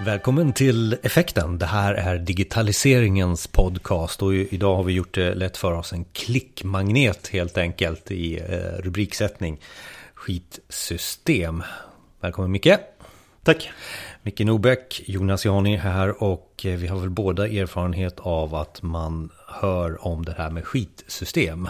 Välkommen till Effekten. Det här är digitaliseringens podcast och idag har vi gjort det lätt för oss, en klickmagnet helt enkelt i rubriksättning. Skitsystem. Välkommen Micke. Tack. Micke Nobäck, Jonas Jani här, och vi har väl båda erfarenhet av att man hör om det här med skitsystem.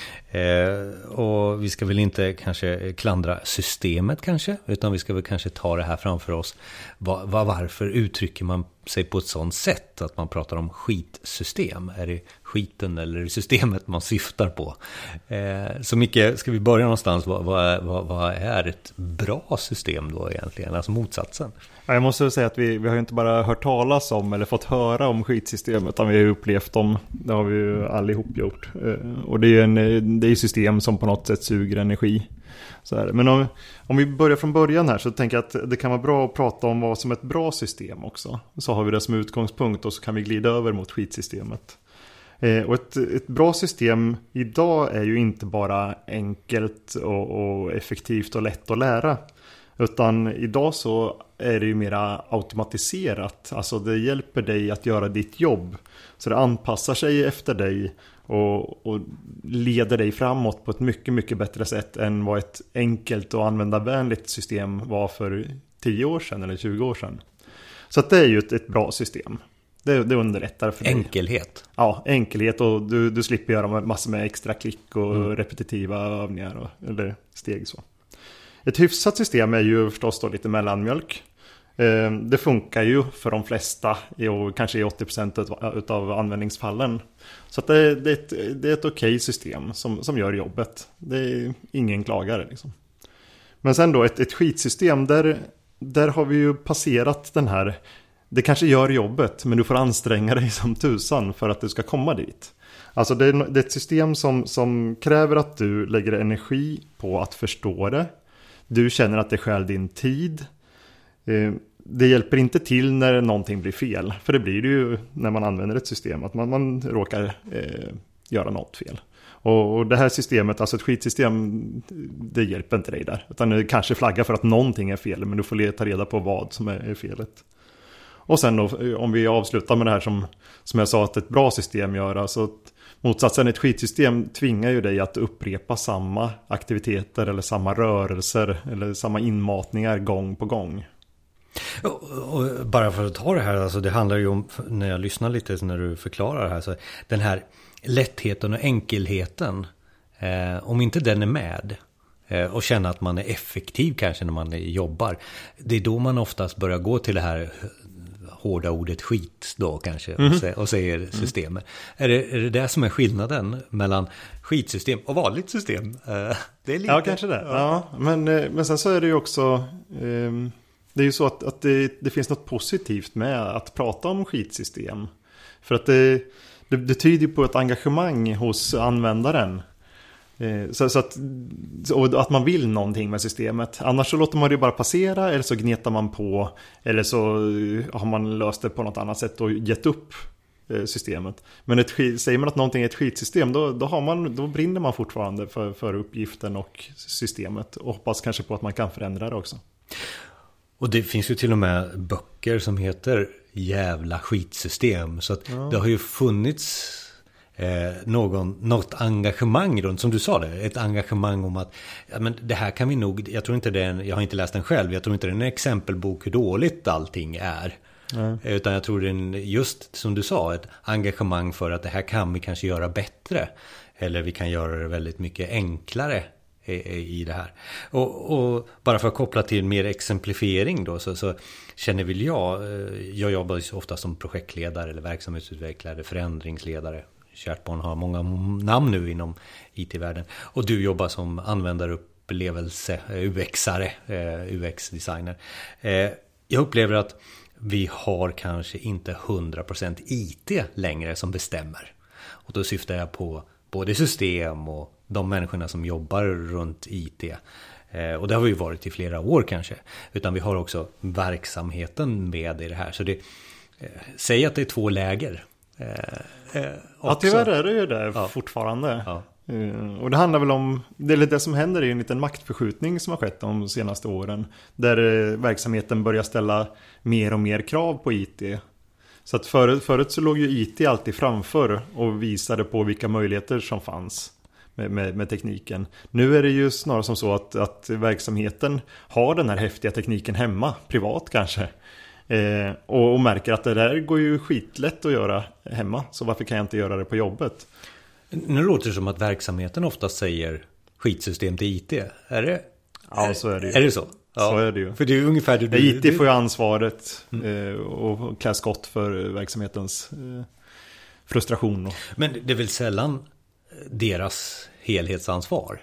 Och vi ska väl inte kanske klandra systemet kanske, utan vi ska väl kanske ta det här framför oss. Varför uttrycker man sig på ett sådant sätt att man pratar om skitsystem? Är det skiten eller systemet man syftar på? Så mycket, ska vi börja någonstans? Vad är ett bra system då egentligen? Alltså motsatsen. Ja, jag måste säga att vi har ju inte bara hört talas om eller fått höra om skitsystemet, utan vi har ju upplevt dem. Det har vi ju allihop gjort. Och det är ju system som på något sätt suger energi. Så här. Men om vi börjar från början här, så tänker jag att det kan vara bra att prata om vad som är ett bra system också. Så har vi det som utgångspunkt och så kan vi glida över mot skitsystemet. Och ett bra system idag är ju inte bara enkelt och effektivt och lätt att lära. Utan idag så är det ju mera automatiserat. Alltså det hjälper dig att göra ditt jobb. Så det anpassar sig efter dig och leder dig framåt på ett mycket, mycket bättre sätt än vad ett enkelt och användarvänligt system var för 10 år sedan eller 20 år sedan. Så att det är ju ett bra system. Det underlättar för dig. Enkelhet. Ja, enkelhet, och du slipper göra massor med extra klick och repetitiva övningar eller steg så. Ett hyfsat system är ju förstås då lite mellanmjölk. Det funkar ju för de flesta och kanske i 80% av användningsfallen. Så att det är ett okej system som gör jobbet. Det är ingen klagare liksom. Men sen då ett skitsystem, där har vi ju passerat den här. Det kanske gör jobbet, men du får anstränga dig som tusan för att du ska komma dit. Alltså det är ett system som kräver att du lägger energi på att förstå det. Du känner att det stjäl din tid. Det hjälper inte till när någonting blir fel. För det blir det ju när man använder ett system. Att man råkar göra något fel. Och det här systemet, alltså ett skitsystem, det hjälper inte dig där. Utan det kanske flaggar för att någonting är fel. Men du får ta reda på vad som är felet. Och sen då, om vi avslutar med det här som jag sa att ett bra system gör. Alltså motsatsen, ett skitsystem tvingar ju dig att upprepa samma aktiviteter eller samma rörelser eller samma inmatningar gång på gång. Och bara för att ta det här, alltså det handlar ju om, när jag lyssnar lite när du förklarar det här, så den här lättheten och enkelheten, om inte den är med och känna att man är effektiv kanske när man jobbar, det är då man oftast börjar gå till det här hårda ordet skit då kanske och säger systemet. Är det som är skillnaden mellan skitsystem och vanligt system? Det är lite, ja, kanske det. Ja, men sen så är det ju också det är ju så att det finns något positivt med att prata om skitsystem. För att det tyder på ett engagemang hos användaren. Så att man vill någonting med systemet. Annars så låter man det bara passera, eller så gnetar man på, eller så har man löst det på något annat sätt och gett upp systemet. Men säger man att någonting är ett skitsystem, då brinner man fortfarande för uppgiften och systemet och hoppas kanske på att man kan förändra det också. Och det finns ju till och med böcker som heter jävla skitsystem, så att det har ju funnits något engagemang runt, som du sa det, ett engagemang om att men det här kan vi nog, jag tror inte jag har inte läst den själv, jag tror inte det är en exempelbok hur dåligt allting är, utan jag tror det är just som du sa, ett engagemang för att det här kan vi kanske göra bättre, eller vi kan göra det väldigt mycket enklare i det här. Och bara för att koppla till mer exemplifiering då, så känner väl jag jobbar ju ofta som projektledare eller verksamhetsutvecklare, förändringsledare. Kärt barn har många namn nu inom IT-världen. Och du jobbar som användarupplevelse, UX-are, UX-designer. Jag upplever att vi har kanske inte 100% IT längre som bestämmer. Och då syftar jag på både system och de människorna som jobbar runt IT. Och det har vi ju varit i flera år kanske. Utan vi har också verksamheten med i det här. Så säg att det är 2 läger. Ja, tyvärr är det ju det fortfarande. Ja. Och det handlar väl om, det som händer är en liten maktförskjutning som har skett de senaste åren. Där verksamheten börjar ställa mer och mer krav på IT. Så att förut så låg ju IT alltid framför och visade på vilka möjligheter som fanns med tekniken. Nu är det ju snarare som så att verksamheten har den här häftiga tekniken hemma, privat kanske. Och märker att det där går ju skitlätt att göra hemma. Så varför kan jag inte göra det på jobbet? Nu låter det som att verksamheten ofta säger skitsystem till IT. Är det? Ja, så är det ju. Är det så? Ja. Så är det ju. För det är ungefär det IT får ju ansvaret och klä skott för verksamhetens frustration. Men det är väl sällan deras helhetsansvar?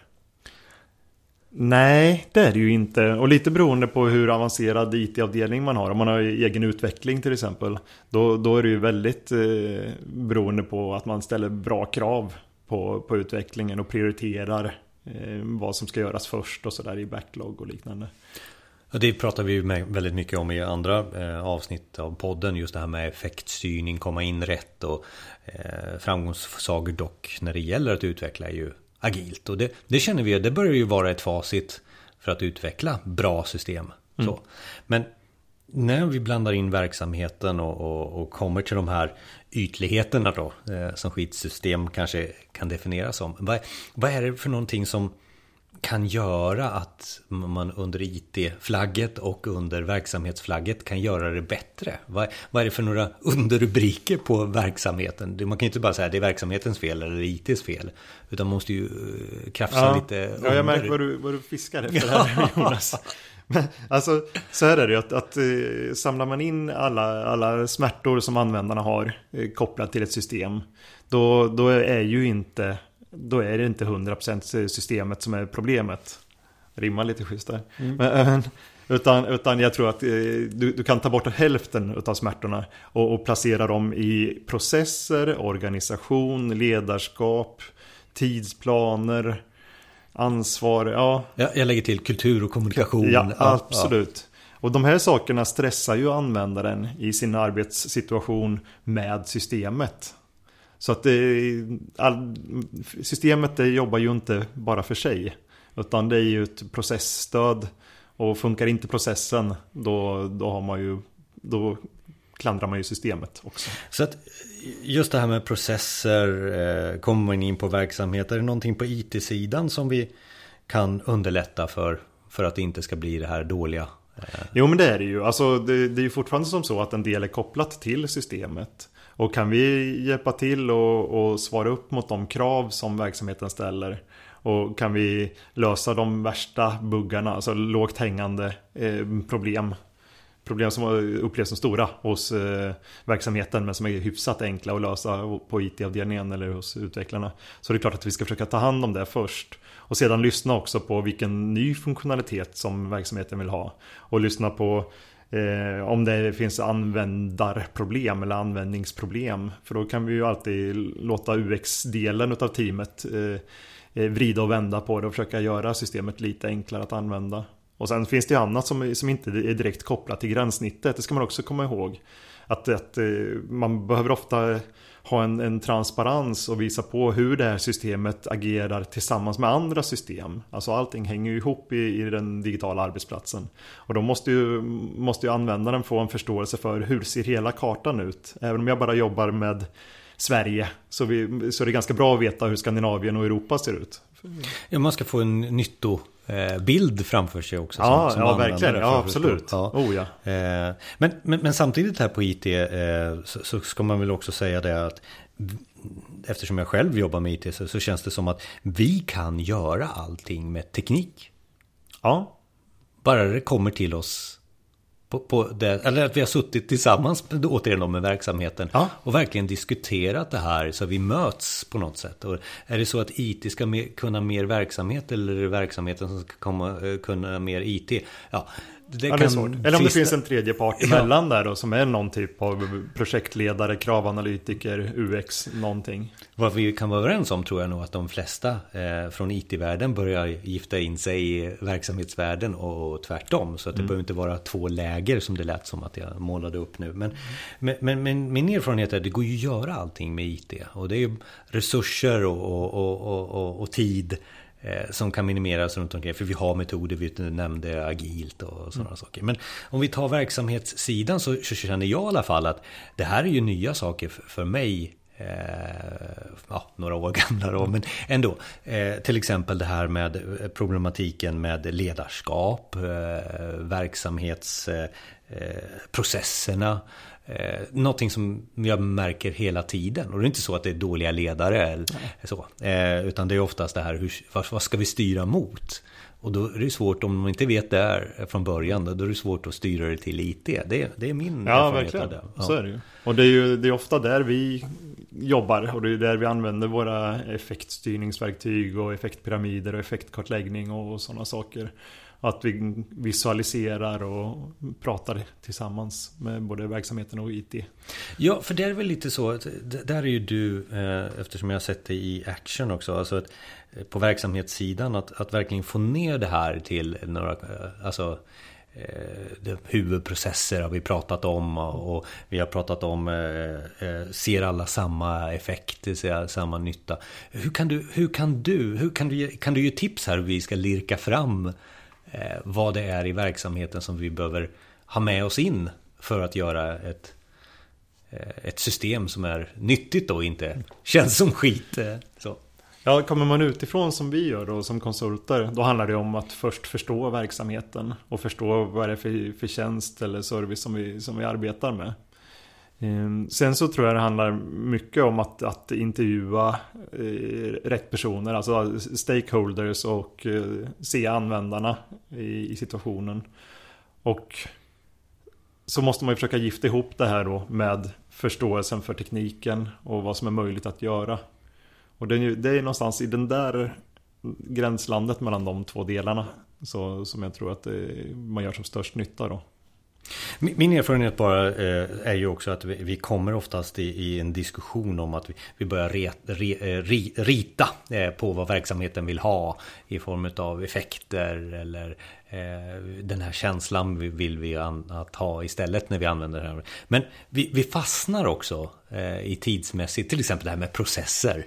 Nej, det är det ju inte. Och lite beroende på hur avancerad IT-avdelning man har. Om man har egen utveckling till exempel. Då är det ju väldigt beroende på att man ställer bra krav på utvecklingen och prioriterar vad som ska göras först och sådär i backlog och liknande. Och det pratar vi ju väldigt mycket om i andra avsnitt av podden. Just det här med effektstyrning, komma in rätt och framgångssagor dock när det gäller att utveckla är ju agilt. Och det känner vi, det börjar ju vara ett facit för att utveckla bra system. Så. Men när vi blandar in verksamheten och kommer till de här ytligheterna då, som skitsystem kanske kan definieras som. Vad är det för någonting som kan göra att man under IT-flagget och under verksamhetsflagget kan göra det bättre? Vad är det för några underrubriker på verksamheten? Man kan ju inte bara säga att det är verksamhetens fel eller ITs fel, utan man måste ju krafsa lite under. Ja, jag märker vad du fiskar efter här, Jonas. Men, alltså, så här är det ju att samlar man in alla smärtor som användarna har kopplat till ett system, då är det inte 100% systemet som är problemet. Rimmar lite schysst där. Utan jag tror att du kan ta bort hälften av smärtorna och placera dem i processer, organisation, ledarskap, tidsplaner, ansvar. Ja. Jag lägger till kultur och kommunikation. Ja, absolut. Ja. Och de här sakerna stressar ju användaren i sin arbetssituation med systemet. Så att systemet det jobbar ju inte bara för sig, utan det är ju ett processstöd, och funkar inte processen då klandrar man ju systemet också. Så att just det här med processer, kommer man in på verksamhet, är det någonting på IT-sidan som vi kan underlätta för att det inte ska bli det här dåliga? Jo, men det är det ju. Alltså, det är ju fortfarande som så att en del är kopplat till systemet. Och kan vi hjälpa till och svara upp mot de krav som verksamheten ställer, och kan vi lösa de värsta buggarna, alltså lågt hängande problem som upplevs som stora hos verksamheten, men som är hyfsat enkla att lösa på IT-avdelningen eller hos utvecklarna, så det är klart att vi ska försöka ta hand om det först. Och sedan lyssna också på vilken ny funktionalitet som verksamheten vill ha, och lyssna på om det finns användarproblem eller användningsproblem, för då kan vi ju alltid låta UX-delen av teamet vrida och vända på det och försöka göra systemet lite enklare att använda. Och sen finns det ju annat som inte är direkt kopplat till gränssnittet. Det ska man också komma ihåg. Att man behöver ofta ha en transparens och visa på hur det här systemet agerar tillsammans med andra system. Alltså allting hänger ju ihop i den digitala arbetsplatsen. Och då måste ju användaren få en förståelse för hur ser hela kartan ut. Även om jag bara jobbar med Sverige så är det ganska bra att veta hur Skandinavien och Europa ser ut. Ja, man ska få en nyttobild framför sig också. Som verkligen. Ja, absolut. Ja. Men samtidigt här på IT så ska man väl också säga det att eftersom jag själv jobbar med IT så känns det som att vi kan göra allting med teknik. Ja. Bara det kommer till oss på det, eller att vi har suttit tillsammans återigen med verksamheten och verkligen diskuterat det här så vi möts på något sätt. Och är det så att IT ska kunna mer verksamhet, eller är det verksamheten som ska kunna mer IT? Ja, det är svårt. Eller om det finns en tredje part emellan där då, som är någon typ av projektledare, kravanalytiker, UX, någonting. Vad vi kan vara överens om tror jag nog att de flesta från IT-världen börjar gifta in sig i verksamhetsvärlden och tvärtom. Så att det behöver inte vara två läger som det lät som att jag målade upp nu. Men min erfarenhet är att det går ju att göra allting med IT. Och det är ju resurser och tid som kan minimeras runt omkring. För vi har metoder, vi nämnde agilt och sådana saker. Men om vi tar verksamhetssidan så känner jag i alla fall att det här är ju nya saker för mig. Några år gamla då, men ändå. Till exempel det här med problematiken med ledarskap, verksamhetsprocesserna. Någonting som jag märker hela tiden. Och det är inte så att det är dåliga ledare eller så, utan det är oftast det här, vad ska vi styra mot? Och då är det svårt, om man inte vet det här från början, då är det svårt att styra det till IT. Det är min erfarenhet av det. Ja, så är det ju. Och det är ofta där vi jobbar, och det är där vi använder våra effektstyrningsverktyg och effektpyramider och effektkartläggning och sådana saker. Att vi visualiserar och pratar tillsammans med både verksamheten och IT. Ja, för det är väl lite så att där är ju du, eftersom jag har sett det i action också, alltså att på verksamhetssidan att verkligen få ner det här till några, alltså huvudprocesser har vi pratat om, och vi har pratat om ser alla samma effekter, ser samma nytta. Kan du ge tips här hur vi ska lirka fram vad det är i verksamheten som vi behöver ha med oss in för att göra ett system som är nyttigt och inte känns som skit så. Ja, kommer man utifrån som vi gör då, som konsulter, då handlar det om att först förstå verksamheten och förstå vad det är för tjänst eller service som vi arbetar med. Sen så tror jag det handlar mycket om att intervjua rätt personer, alltså stakeholders, och se användarna i situationen. Och så måste man ju försöka gifta ihop det här då med förståelsen för tekniken och vad som är möjligt att göra. Och det är någonstans i den där gränslandet mellan de två delarna som jag tror att man gör som störst nytta då. Min erfarenhet bara är ju också att vi kommer oftast i en diskussion om att vi börjar rita på vad verksamheten vill ha i form av effekter eller den här känslan vill vi att ha istället när vi använder det här. Men vi fastnar också i tidsmässigt, till exempel det här med processer.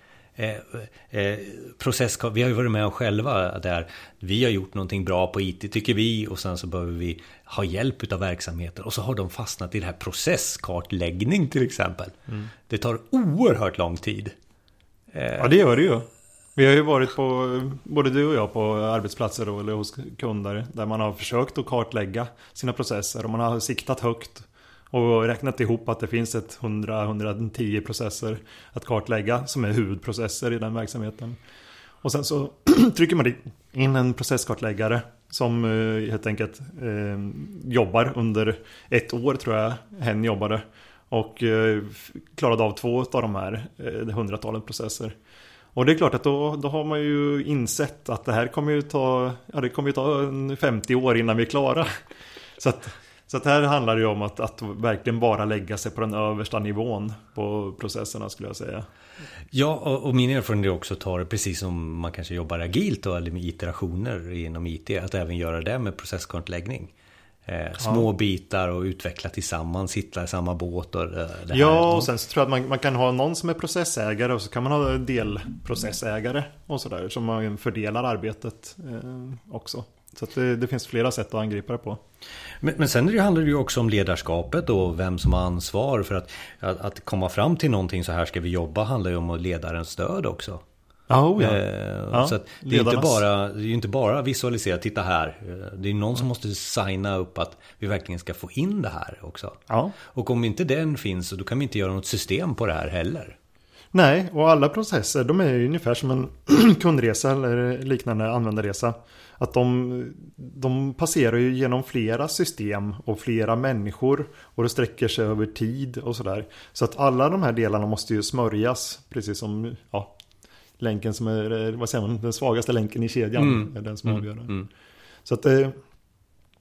Vi har ju varit med och själva där vi har gjort någonting bra på IT tycker vi, och sen så behöver vi ha hjälp av verksamheten, och så har de fastnat i det här processkartläggning till exempel. Det tar oerhört lång tid. Ja, det gör det ju. Vi har ju varit på, både du och jag, på arbetsplatser då, eller hos kunder där man har försökt att kartlägga sina processer, och man har siktat högt och räknat ihop att det finns 100-110 processer att kartlägga som är huvudprocesser i den verksamheten. Och sen så trycker man in en processkartläggare som helt enkelt jobbar under 1 år, tror jag hen jobbade, och klarade av 2 av de här 100-talet processer. Och det är klart att då har man ju insett att det här kommer ju ta 50 år innan vi är klara. Så att här handlar det ju om att verkligen bara lägga sig på den översta nivån på processerna, skulle jag säga. Ja, och min erfarenhet är också att ta det precis som man kanske jobbar agilt då, eller med iterationer inom IT, att även göra det med processkartläggning. Små bitar och utveckla tillsammans, sitta i samma båt och det här. Ja, och sen så tror jag att man kan ha någon som är processägare, och så kan man ha delprocessägare och sådär, som man fördelar arbetet också. Så att det finns flera sätt att angripa det på. Men sen handlar det ju också om ledarskapet och vem som har ansvar för att komma fram till någonting, så här ska vi jobba, handlar ju om att ledarens stöd också. Så att det är ju inte bara visualisera, titta här. Det är någon som måste signa upp att vi verkligen ska få in det här också. Ja. Och om inte den finns, så då kan vi inte göra något system på det här heller. Nej, och alla processer, de är ju ungefär som en kundresa eller liknande användarresa. Att de passerar ju genom flera system och flera människor, och det sträcker sig över tid och sådär. Så att alla de här delarna måste ju smörjas, precis som länken som är, vad säger man, den svagaste länken i kedjan är den som avgör det. Så att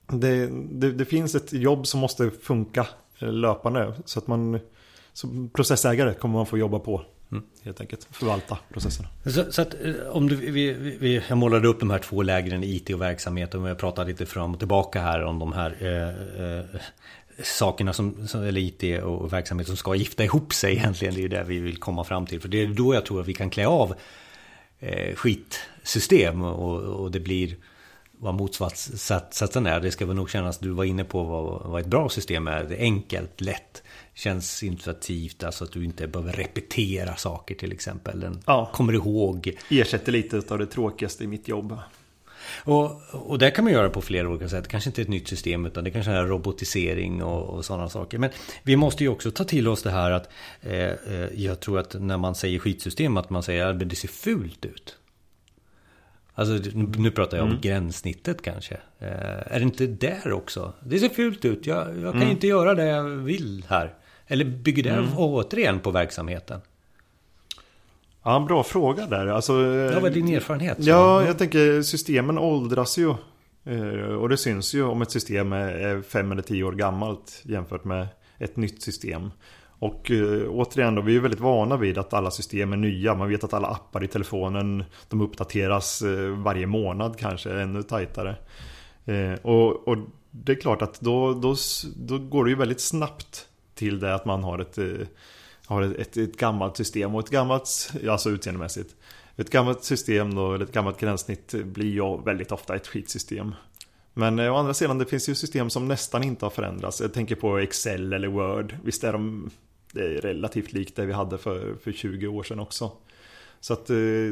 det finns ett jobb som måste funka löpande. Så att som processägare kommer man få jobba på. Helt enkelt förvalta processerna. Så att om jag målade upp de här 2 lägren, IT och verksamhet, och jag pratade lite fram och tillbaka här om de här sakerna eller IT och verksamhet som ska gifta ihop sig egentligen. Det är ju det vi vill komma fram till, för det är då jag tror att vi kan klä av skitsystem och det blir vad motsatsen är. Det ska väl nog kännas, du var inne på vad ett bra system är. Det är enkelt, lätt, känns intuitivt, alltså att du inte behöver repetera saker till exempel. Den kommer ihåg. Ersätter lite av det tråkigaste i mitt jobb. Och det kan man göra på flera olika sätt. Kanske inte ett nytt system, utan det kanske är robotisering och sådana saker. Men vi måste ju också ta till oss det här att jag tror att när man säger skitsystem, att man säger att det ser fult ut. Alltså nu pratar jag om gränssnittet kanske. Är det inte där också? Det ser fult ut. Jag kan inte göra det jag vill här. Eller bygger det återigen på verksamheten? Ja, bra fråga där. Alltså, vad är din erfarenhet? Ja, jag tänker systemen åldras ju. Och det syns ju om ett system är 5 eller 10 år gammalt jämfört med ett nytt system. Och återigen då, vi är väldigt vana vid att alla system är nya. Man vet att alla appar i telefonen, de uppdateras varje månad, kanske ännu tajtare. Och det är klart att då går det ju väldigt snabbt till det att man har ett gammalt system. Och ett gammalt, alltså utseendemässigt, ett gammalt system då, eller ett gammalt gränssnitt blir ju väldigt ofta ett skitsystem. Men å andra sidan, det finns ju system som nästan inte har förändrats. Jag tänker på Excel eller Word. Visst är det är relativt likt det vi hade för 20 år sedan också. Så att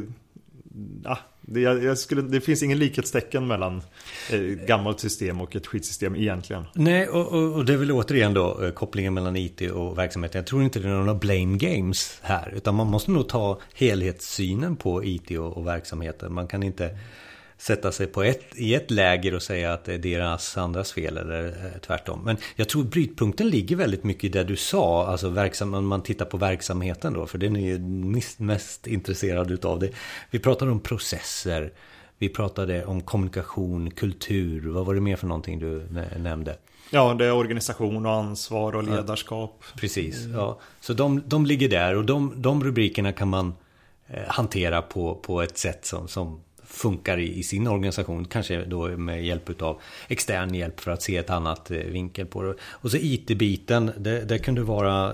det finns ingen likhetstecken mellan ett gammalt system och ett skitsystem egentligen. Nej, och det är väl återigen då kopplingen mellan IT och verksamheten. Jag tror inte det är några blame games här, utan man måste nog ta helhetssynen på IT och verksamheten. Man kan inte sätta sig i ett läger och säga att det är deras andras fel eller tvärtom. Men jag tror brytpunkten ligger väldigt mycket i det du sa, alltså om man tittar på verksamheten då, för den är ju mest intresserad utav det. Vi pratade om processer, vi pratade om kommunikation, kultur, vad var det mer för någonting du nämnde? Ja, det är organisation och ansvar och ledarskap. Precis, ja. Så de ligger där, och de rubrikerna kan man hantera på ett sätt som funkar i sin organisation, kanske då med hjälp av extern hjälp för att se ett annat vinkel på det. Och så IT-biten, det kan det vara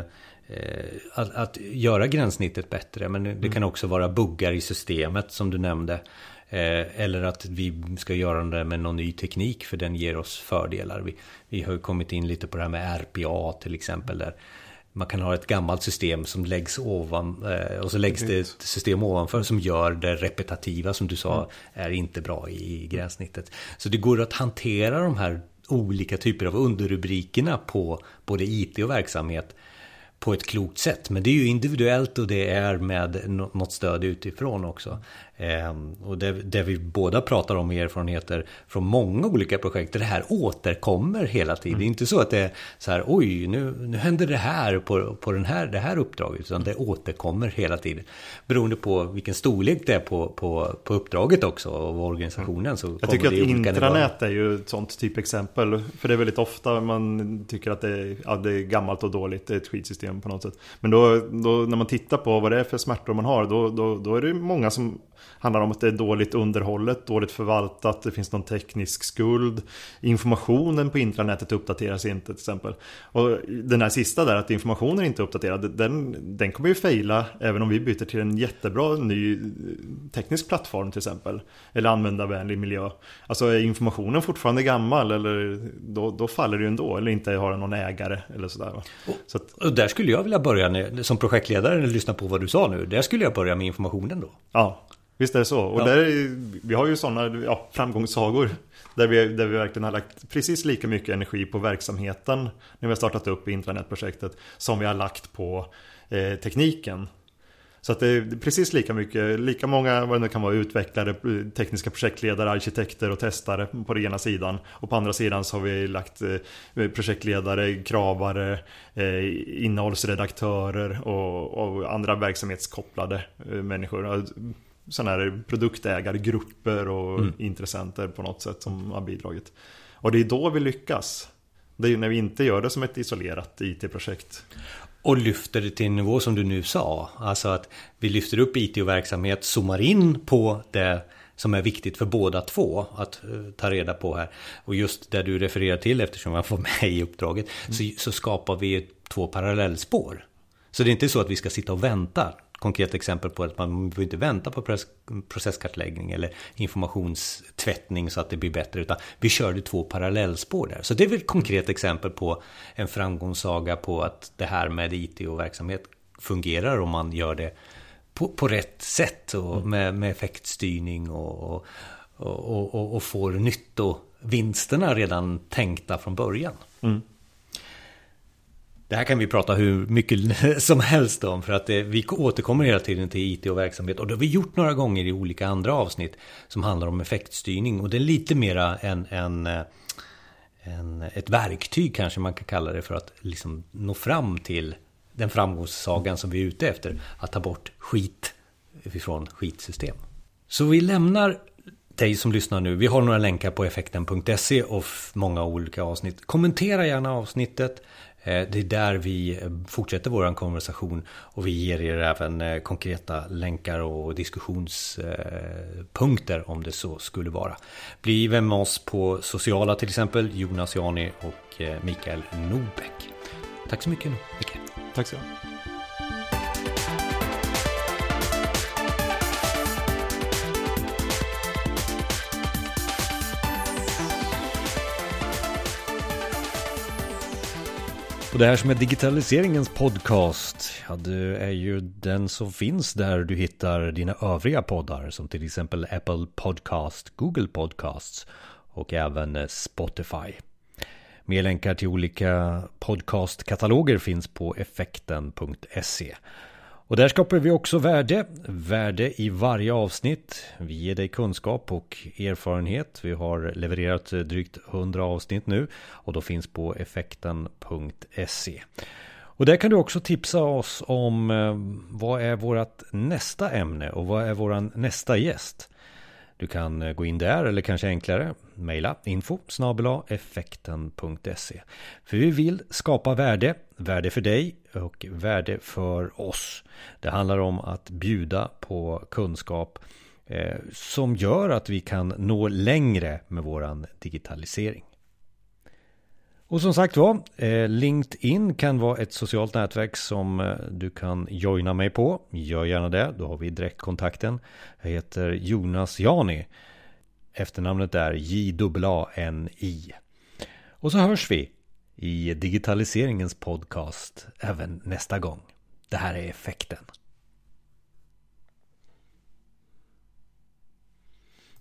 att göra gränssnittet bättre, men det kan också vara buggar i systemet som du nämnde, eller att vi ska göra det med någon ny teknik för den ger oss fördelar. Vi har ju kommit in lite på det här med RPA till exempel, där man kan ha ett gammalt system som läggs ovan, och så läggs det ett system ovanför som gör det repetitiva, som du sa, är inte bra i gränssnittet. Så det går att hantera de här olika typer av underrubrikerna på både IT och verksamhet på ett klokt sätt. Men det är ju individuellt, och det är med något stöd utifrån också. Och det vi båda pratar om erfarenheter från många olika projekt, det här återkommer hela tiden. Det är inte så att det är så här, oj, nu händer det här på det här uppdraget, utan det återkommer hela tiden. Beroende på vilken storlek det är på uppdraget också, och organisationen. Så jag tycker att intranät är ju ett sånt typexempel, för det är väldigt ofta man tycker att det är gammalt och dåligt, det är ett skitsystem på något sätt. Men då när man tittar på vad det är för smärtor man har, då är det många som handlar om att det är dåligt underhållet, dåligt förvaltat, det finns någon teknisk skuld, informationen på intranätet uppdateras inte till exempel. Och den här sista där, att informationen inte är uppdaterad, den kommer ju fejla även om vi byter till en jättebra ny teknisk plattform till exempel, eller användarvänlig miljö. Alltså är informationen fortfarande gammal, eller då faller det ju ändå, eller inte har någon ägare eller sådär. Och där skulle jag vilja börja som projektledare, lyssna på vad du sa nu, där skulle jag börja med informationen då. Ja. Visst är det så. Och vi har ju sådana framgångssagor där vi verkligen har lagt precis lika mycket energi på verksamheten när vi har startat upp intranätprojektet som vi har lagt på tekniken. Så att det är precis lika många, vad det kan vara, utvecklare, tekniska projektledare, arkitekter och testare på den ena sidan. Och på andra sidan så har vi lagt projektledare, kravare, innehållsredaktörer och andra verksamhetskopplade människor. Sådana här produktägargrupper och intressenter på något sätt som har bidragit. Och det är då vi lyckas. Det är ju när vi inte gör det som ett isolerat IT-projekt. Och lyfter det till en nivå som du nu sa. Alltså att vi lyfter upp IT och verksamhet, zoomar in på det som är viktigt för båda två att ta reda på här. Och just det du refererar till, eftersom jag får med i uppdraget, så skapar vi 2 parallellspår. Så det är inte så att vi ska sitta och vänta. Konkret exempel på att man behöver inte vänta på processkartläggning eller informationstvättning så att det blir bättre, utan vi körde 2 parallellspår där. Så det är väl ett konkret exempel på en framgångssaga på att det här med IT och verksamhet fungerar om man gör det på rätt sätt och med effektstyrning och får nyttovinsterna redan tänkta från början. Det här kan vi prata hur mycket som helst om, för att vi återkommer hela tiden till IT och verksamhet, och det har vi gjort några gånger i olika andra avsnitt som handlar om effektstyrning, och det är lite mera ett verktyg kanske man kan kalla det för att liksom nå fram till den framgångssagan som vi är ute efter, att ta bort skit ifrån skitsystem. Så vi lämnar dig som lyssnar nu. Vi har några länkar på effekten.se och många olika avsnitt. Kommentera gärna avsnittet. Det är där vi fortsätter vår konversation, och vi ger er även konkreta länkar och diskussionspunkter om det så skulle vara. Bli vän med oss på sociala, till exempel Jonas Jani och Mikael Nordbäck. Tack så mycket, Mikael. Tack så mycket. Och det här som är digitaliseringens podcast, ja, det är ju den som finns där du hittar dina övriga poddar, som till exempel Apple Podcast, Google Podcasts och även Spotify. Mer länkar till olika podcastkataloger finns på effekten.se. Och där skapar vi också värde i varje avsnitt. Vi ger dig kunskap och erfarenhet. Vi har levererat drygt 100 avsnitt nu, och då finns på effekten.se. Och där kan du också tipsa oss om vad är vårt nästa ämne och vad är våran nästa gäst. Du kan gå in där, eller kanske enklare mejla info@effekten.se. För vi vill skapa värde för dig och värde för oss. Det handlar om att bjuda på kunskap som gör att vi kan nå längre med våran digitalisering. Och som sagt var, LinkedIn kan vara ett socialt nätverk som du kan joina mig på. Gör gärna det, då har vi direktkontakten. Jag heter Jonas Jani. Efternamnet är Jani. Och så hörs vi i digitaliseringens podcast även nästa gång. Det här är Effekten.